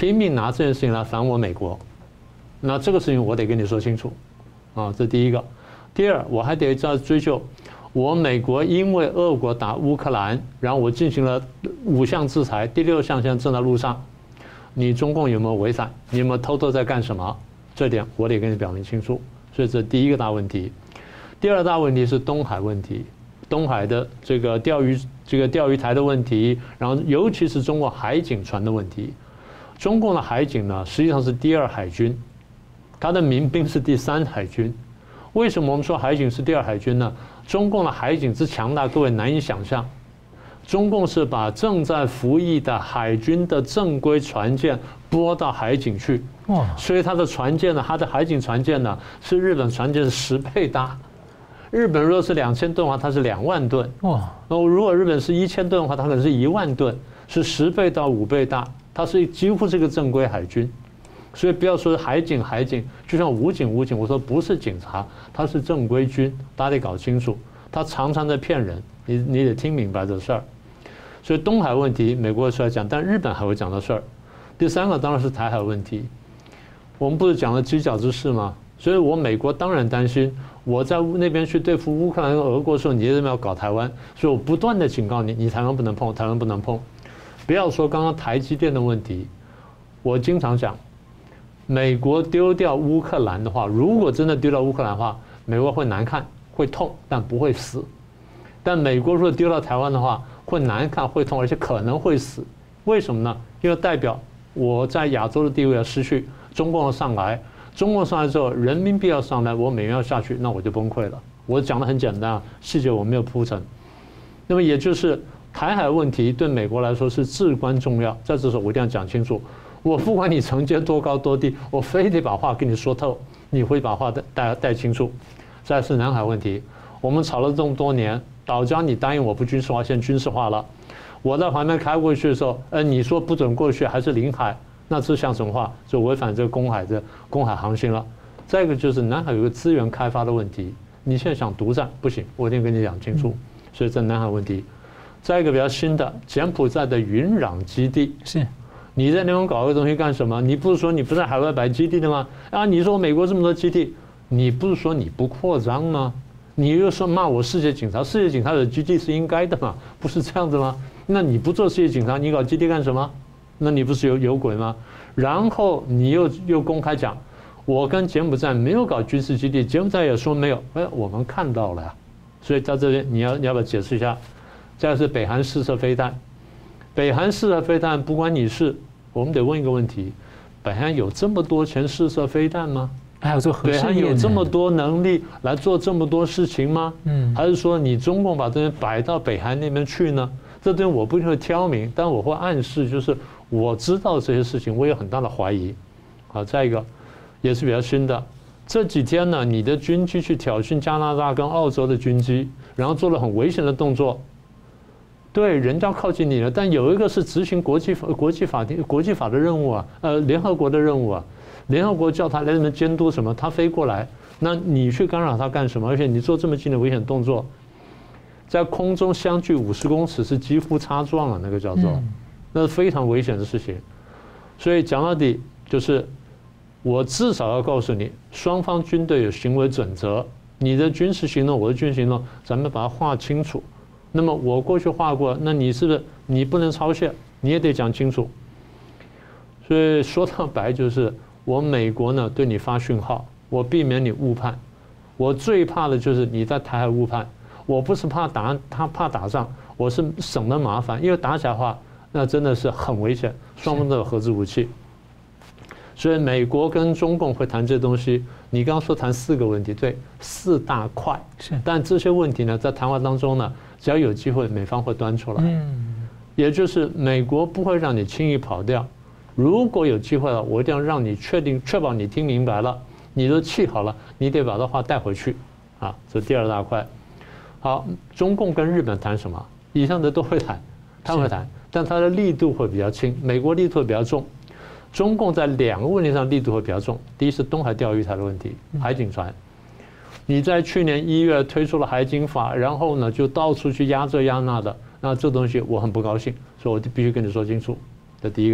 Speaker 2: 拼命拿这件事情来反我美国，那这个事情我得跟你说清楚，啊，这第一个。第二，我还得再追究，我美国因为俄国打乌克兰，然后我进行了5项制裁，第6项现在正在路上，你中共有没有违反？你有没有偷偷在干什么？这点我得跟你表明清楚。所以这第一个大问题。第二大问题是东海问题，东海的这个钓鱼台的问题，然后尤其是中国海警船的问题。中共的海警呢，实际上是第2海军，它的民兵是第3海军。为什么我们说海警是第2海军呢？中共的海警之强大，各位难以想象。中共是把正在服役的海军的正规船舰拨到海警去，所以它的船舰呢，它的海警船舰呢，是日本船舰10倍大。日本如果是2000吨的话，它是2万吨。如果日本是1000吨的话，它可能是1万吨，是10倍到5倍大。它是几乎是个正规海军。所以不要说海警，就像武警，我说不是警察，他是正规军，大家得搞清楚。他常常在骗人，你得听明白这事儿。所以东海问题，美国会出来讲，但日本还会讲到事儿。第3个当然是台海问题。我们不是讲了犄角之势吗？所以我美国当然担心，我在那边去对付乌克兰和俄国的时候，你为什么要搞台湾？所以我不断的警告你，你台湾不能碰，台湾不能碰。不要说刚刚台积电的问题，我经常讲。美国丢掉乌克兰的话，如果真的丢掉乌克兰的话，美国会难看，会痛，但不会死。但美国如果丢到台湾的话，会难看，会痛，而且可能会死。为什么呢？因为代表我在亚洲的地位要失去，中共要上来，中共上来之后，人民币要上来，我美元要下去，那我就崩溃了。我讲的很简单啊，细节我没有铺陈。那么也就是台海问题对美国来说是至关重要，在这时候我一定要讲清楚。我不管你成见多高多低，我非得把话跟你说透，你会把话带清楚。再是南海问题，我们吵了这么多年，岛礁你答应我不军事化，现在军事化了。我在旁边开过去的时候，你说不准过去，还是领海，那这像什么话？就违反这个公海航行了。再一个就是南海有个资源开发的问题，你现在想独占不行，我一定跟你讲清楚。所以这南海问题，再一个比较新的，柬埔寨的云壤基地
Speaker 1: 是。
Speaker 2: 你在那边搞个东西干什么？你不是说你不在海外摆基地的吗？啊，你说美国这么多基地，你不是说你不扩张吗？你又说骂我世界警察，世界警察有基地是应该的嘛？不是这样子吗？那你不做世界警察，你搞基地干什么？那你不是有鬼吗？然后你又公开讲，我跟柬埔寨没有搞军事基地，柬埔寨也说没有，我们看到了呀。所以在这边你要不要解释一下？再是北韩试射飞弹。北韩试射飞弹不关你事，我们得问一个问题：北韩有这么多钱试射飞弹吗？
Speaker 1: 还有做核试验，
Speaker 2: 北韩有这么多能力来做这么多事情吗？还是说你中共把这些摆到北韩那边去呢？这东西我不一定会挑明，但我会暗示，就是我知道这些事情，我有很大的怀疑。好，再一个也是比较新的，这几天呢，你的军机去挑衅加拿大跟澳洲的军机，然后做了很危险的动作。对，人家靠近你了，但有一个是执行国际法的任务啊，联合国的任务啊，联合国叫他来这边监督什么，他飞过来，那你去干扰他干什么？而且你做这么近的危险动作，在空中相距50公尺是几乎擦撞啊，那个叫做，那是非常危险的事情。所以讲到底就是，我至少要告诉你，双方军队有行为准则，你的军事行动，我的军事行动，咱们把它划清楚。那么我过去画过，那你是不是你不能超限，你也得讲清楚。所以说到白就是，我美国呢对你发讯号，我避免你误判。我最怕的就是你在台海误判。我不是怕打仗，我是省得麻烦，因为打起来的话，那真的是很危险，双方都有核子武器。所以美国跟中共会谈这东西。你刚刚说谈4个问题，对，4大块。是，但这些问题呢，在谈话当中呢，只要有机会，美方会端出来。也就是美国不会让你轻易跑掉。如果有机会了，我一定要让你确保你听明白了，你都气好了，你得把这话带回去。啊，这第2大块。好，中共跟日本谈什么？以上的都会谈，他会谈，但他的力度会比较轻，美国力度会比较重。中共在2个问题上力度会比较重，第一是东海钓鱼台的问题，海警船。你在去年1月推出了海警法，然后呢就到处去压这压那的，那这东西我很不高兴，所以我就必须跟你说清楚。这第一个。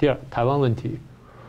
Speaker 2: 第二，台湾问题。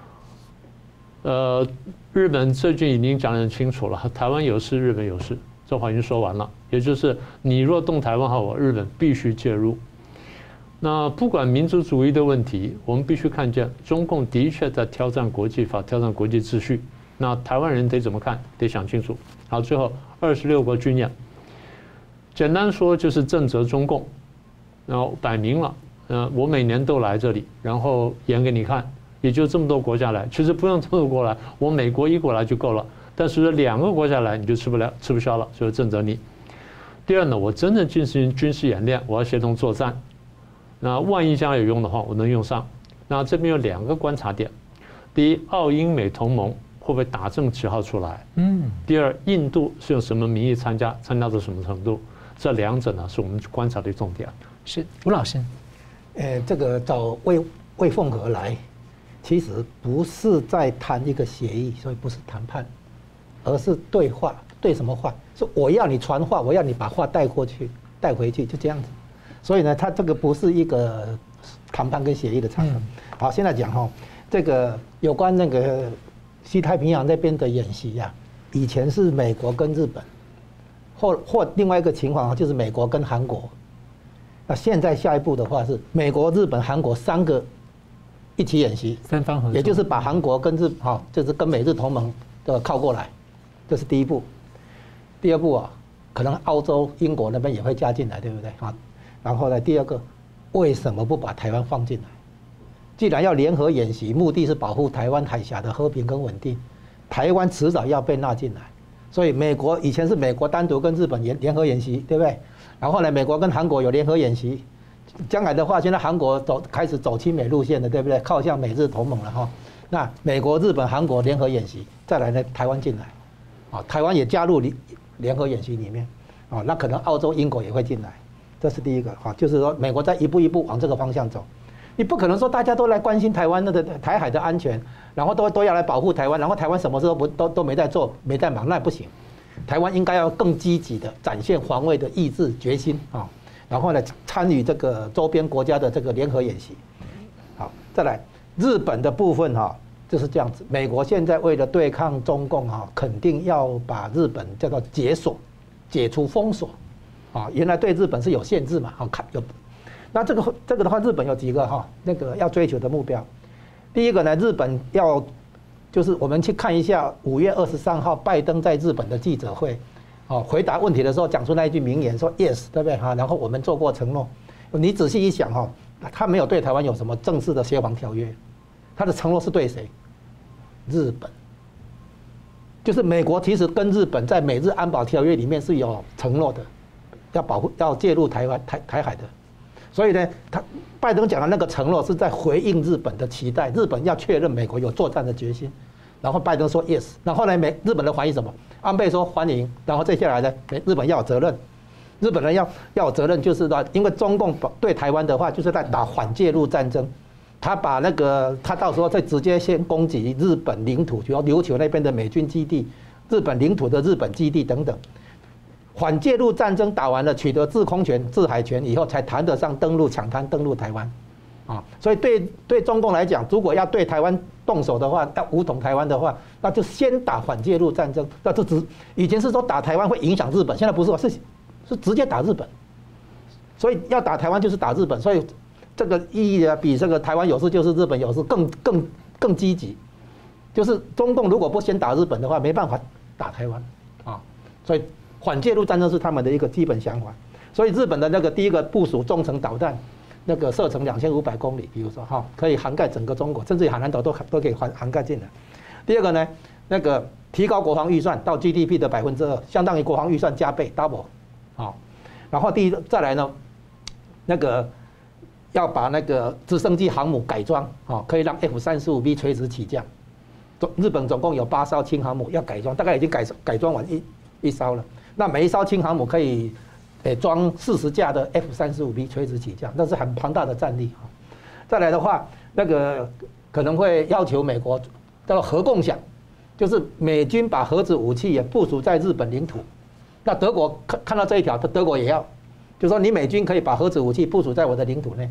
Speaker 2: 日本最近已经讲得很清楚了，台湾有事，日本有事，这话已经说完了。也就是你若动台湾的话，我日本必须介入。那不管民族主义的问题，我们必须看见中共的确在挑战国际法，挑战国际秩序。那台湾人得怎么看？得想清楚。好，最后26国军演，简单说就是震慑中共，然后摆明了，我每年都来这里，然后演给你看。也就这么多国家来，其实不用这么多国来，我美国一国来就够了。但是2个国家来，你就吃不消了，所以震慑你。第二呢，我真正进行军事演练，我要协同作战。那万一将来有用的话，我能用上。那这边有2个观察点：第一，澳英美同盟会不会打这么旗号出来？第二，印度是用什么名义参加，参加到什么程度？这2者呢，是我们观察的重点。
Speaker 1: 是吴老师，
Speaker 3: 这个找魏凤和来。其实不是在谈一个协议，所以不是谈判，而是对话。对什么话？说我要你传话，我要你把话带回去，就这样子。所以呢，它这个不是一个谈判跟协议的场合。好，现在讲哈，这个有关那个西太平洋那边的演习呀，以前是美国跟日本，或另外一个情况就是美国跟韩国。那现在下一步的话是美国、日本、韩国3个。一起演习
Speaker 1: ，3方合作，
Speaker 3: 也就是把韩国跟就是跟美日同盟的靠过来，这是第一步。第二步啊，可能澳洲、英国那边也会加进来，对不对啊？然后呢，第二个，为什么不把台湾放进来？既然要联合演习，目的是保护台湾海峡的和平跟稳定，台湾迟早要被纳进来。所以美国以前是美国单独跟日本联合演习，对不对？然后呢，美国跟韩国有联合演习。将来的话，现在韩国开始走亲美路线的，对不对？靠向美日同盟了哈。那美国、日本、韩国联合演习，再来呢，台湾进来，台湾也加入联合演习里面，那可能澳洲、英国也会进来，这是第一个就是说美国在一步一步往这个方向走。你不可能说大家都来关心台湾的台海的安全，然后都要来保护台湾，然后台湾什么事都没在做，没在忙，那不行。台湾应该要更积极的展现防卫的意志决心然后呢，参与这个周边国家的这个联合演习。好，再来日本的部分就是这样子。美国现在为了对抗中共肯定要把日本叫做解除封锁原来对日本是有限制嘛那这个的话，日本有几个那个要追求的目标。第一个呢，日本就是我们去看一下5月23号拜登在日本的记者会。回答问题的时候讲出那一句名言说 yes 对不对然后我们做过承诺，你仔细一想他没有对台湾有什么正式的协防条约，他的承诺是对谁？日本，就是美国其实跟日本在美日安保条约里面是有承诺的，要保护要介入台海的，所以呢，拜登讲的那个承诺是在回应日本的期待，日本要确认美国有作战的决心。然后拜登说 yes， 然后呢，日本人反应什么？安倍说欢迎，然后接下来呢，日本要有责任，日本人要有责任，就是说，因为中共对台湾的话，就是在打反介入战争，他到时候再直接先攻击日本领土，主要琉球那边的美军基地，日本领土的日本基地等等，反介入战争打完了，取得制空权、制海权以后，才谈得上抢滩登陆台湾。所以对中共来讲，如果要对台湾动手的话，要武统台湾的话，那就先打反介入战争。那就以前是说打台湾会影响日本，现在不是，是直接打日本。所以要打台湾就是打日本，所以这个意义比这个台湾有事就是日本有事更积极。就是中共如果不先打日本的话，没办法打台湾所以反介入战争是他们的一个基本想法。所以日本的那个第一个部署中程导弹。那个射程2500公里，比如说可以涵盖整个中国，甚至海南岛都可以涵盖进来。第二个呢，那个提高国防预算到 GDP 的2%，相当于国防预算加倍 double，然后再来呢，那个要把那个直升机航母改装，可以让 F-35B 垂直起降。日本总共有8艘轻航母要改装，大概已经改装完一艘了。那每一艘轻航母可以装40架的 F-35B 垂直起降，那是很庞大的战力再来的话，那个可能会要求美国叫做核共享，就是美军把核子武器也部署在日本领土。那德国看到这一条，德国也要，就是说你美军可以把核子武器部署在我的领土内，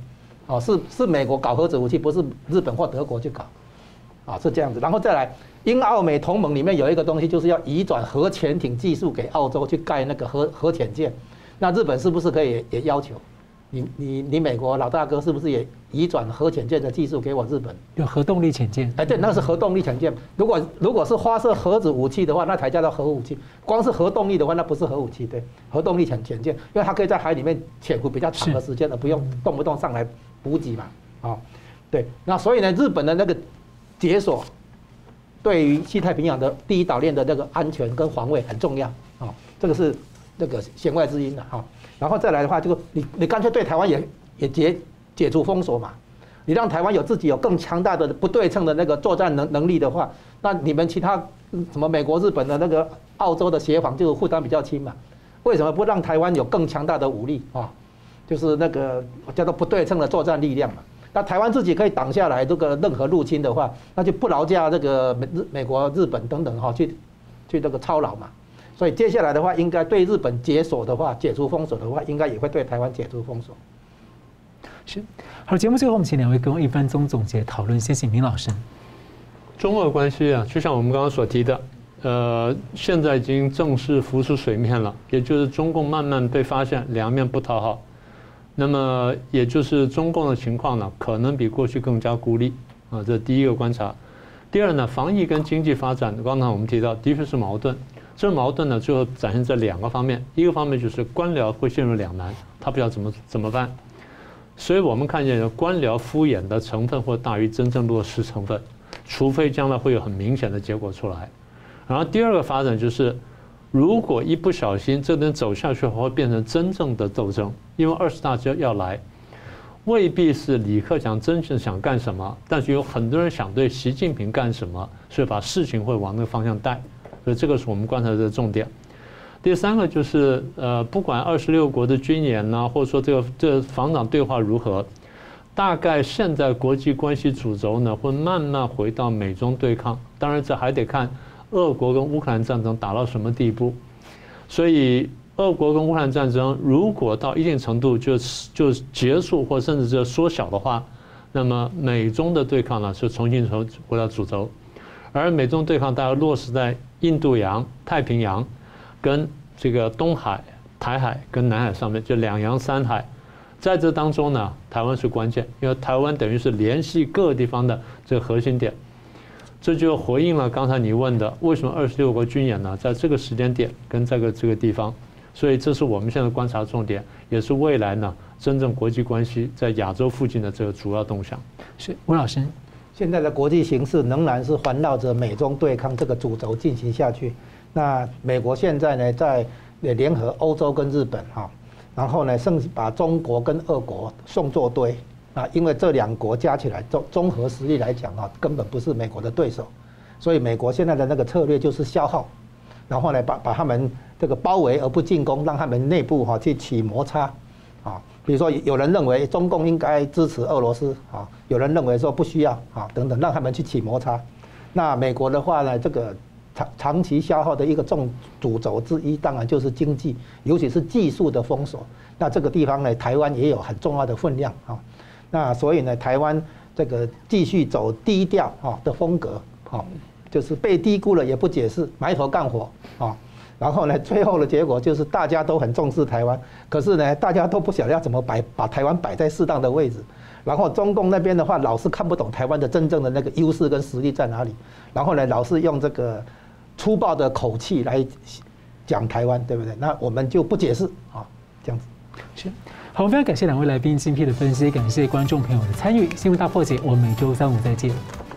Speaker 3: 是美国搞核子武器，不是日本或德国去搞，是这样子。然后再来，英澳美同盟里面有一个东西，就是要移转核潜艇技术给澳洲去盖那个核潜舰。那日本是不是可以也要求？你美国老大哥是不是也移转核潜舰的技术给我日本？
Speaker 1: 有核动力潜舰？
Speaker 3: 对，那是核动力潜舰。如果是发射核子武器的话，那才叫做核武器。光是核动力的话，那不是核武器。对，核动力潜舰，因为它可以在海里面潜伏比较长的时间，而不用动不动上来补给嘛。对。那所以呢，日本的那个解锁，对于西太平洋的第一岛链的那个安全跟防卫很重要。这个是那个弦外之音的。然后再来的话，就你干脆对台湾也解除封锁嘛，你让台湾自己有更强大的不对称的那个作战能力的话，那你们其他什么美国、日本的那个澳洲的协防就负担比较轻嘛？为什么不让台湾有更强大的武力就是那个叫做不对称的作战力量嘛？那台湾自己可以挡下来这个任何入侵的话，那就不劳驾这个美国、日本等等去这个操劳嘛。所以接下来的话，应该对日本解除封锁的话，应该也会对台湾解除封锁。
Speaker 1: 是。好，节目最后我们请两位跟我1分钟总结讨论，先请明老师。
Speaker 2: 中俄关系就像我们刚刚所提的，现在已经正式浮出水面了，也就是中共慢慢被发现两面不讨好，那么也就是中共的情况呢，可能比过去更加孤立这是第一个观察。第二呢，防疫跟经济发展，刚才我们提到的确是矛盾。这矛盾呢，最后展现在2个方面，一个方面就是官僚会陷入两难，他不知道怎么办，所以我们看见官僚敷衍的成分或大于真正落实成分，除非将来会有很明显的结果出来。然后第二个发展就是，如果一不小心这边走下去，会变成真正的斗争，因为20大要来，未必是李克强真正想干什么，但是有很多人想对习近平干什么，所以把事情会往那个方向带。所以这个是我们观察的重点。第3个就是不管26国的军演呢，或者说这防长对话如何，大概现在国际关系主轴呢会慢慢回到美中对抗。当然这还得看俄国跟乌克兰战争打到什么地步。所以俄国跟乌克兰战争如果到一定程度就结束或甚至就缩小的话，那么美中的对抗呢是重新回到主轴。而美中对抗大概落实在印度洋、太平洋，跟这个东海、台海跟南海上面，就2洋3海。在这当中呢，台湾是关键，因为台湾等于是联系各个地方的这个核心点。这就回应了刚才你问的，为什么26国军演呢？在这个时间点跟这个地方，所以这是我们现在观察重点，也是未来呢真正国际关系在亚洲附近的这个主要动向。
Speaker 1: 是吴老师。
Speaker 3: 现在的国际形势仍然是环绕着美中对抗这个主轴进行下去。那美国现在呢，在联合欧洲跟日本然后呢，甚至把中国跟俄国送作堆因为这2国加起来综合实力来讲根本不是美国的对手，所以美国现在的那个策略就是消耗，然后呢把他们这个包围而不进攻，让他们内部去起摩擦比如说有人认为中共应该支持俄罗斯有人认为说不需要等等，让他们去起摩擦。那美国的话呢，这个长期消耗的一个主轴之一，当然就是经济，尤其是技术的封锁。那这个地方呢，台湾也有很重要的分量那所以呢，台湾这个继续走低调的风格就是被低估了也不解释，埋头干活然后呢，最后的结果就是大家都很重视台湾，可是呢，大家都不晓得要怎么把台湾摆在适当的位置。然后中共那边的话，老是看不懂台湾的真正的那个优势跟实力在哪里。然后呢，老是用这个粗暴的口气来讲台湾，对不对？那我们就不解释这样子。
Speaker 1: 是。好，非常感谢2位来宾精辟的分析，感谢观众朋友的参与。新闻大破解，我们每周3、5再见。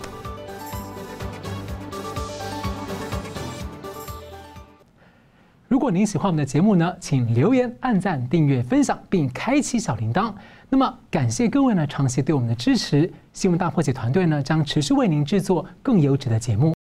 Speaker 1: 如果您喜欢我们的节目呢，请留言、按赞、订阅、分享，并开启小铃铛。那么，感谢各位呢长期对我们的支持。新闻大破解团队呢将持续为您制作更优质的节目。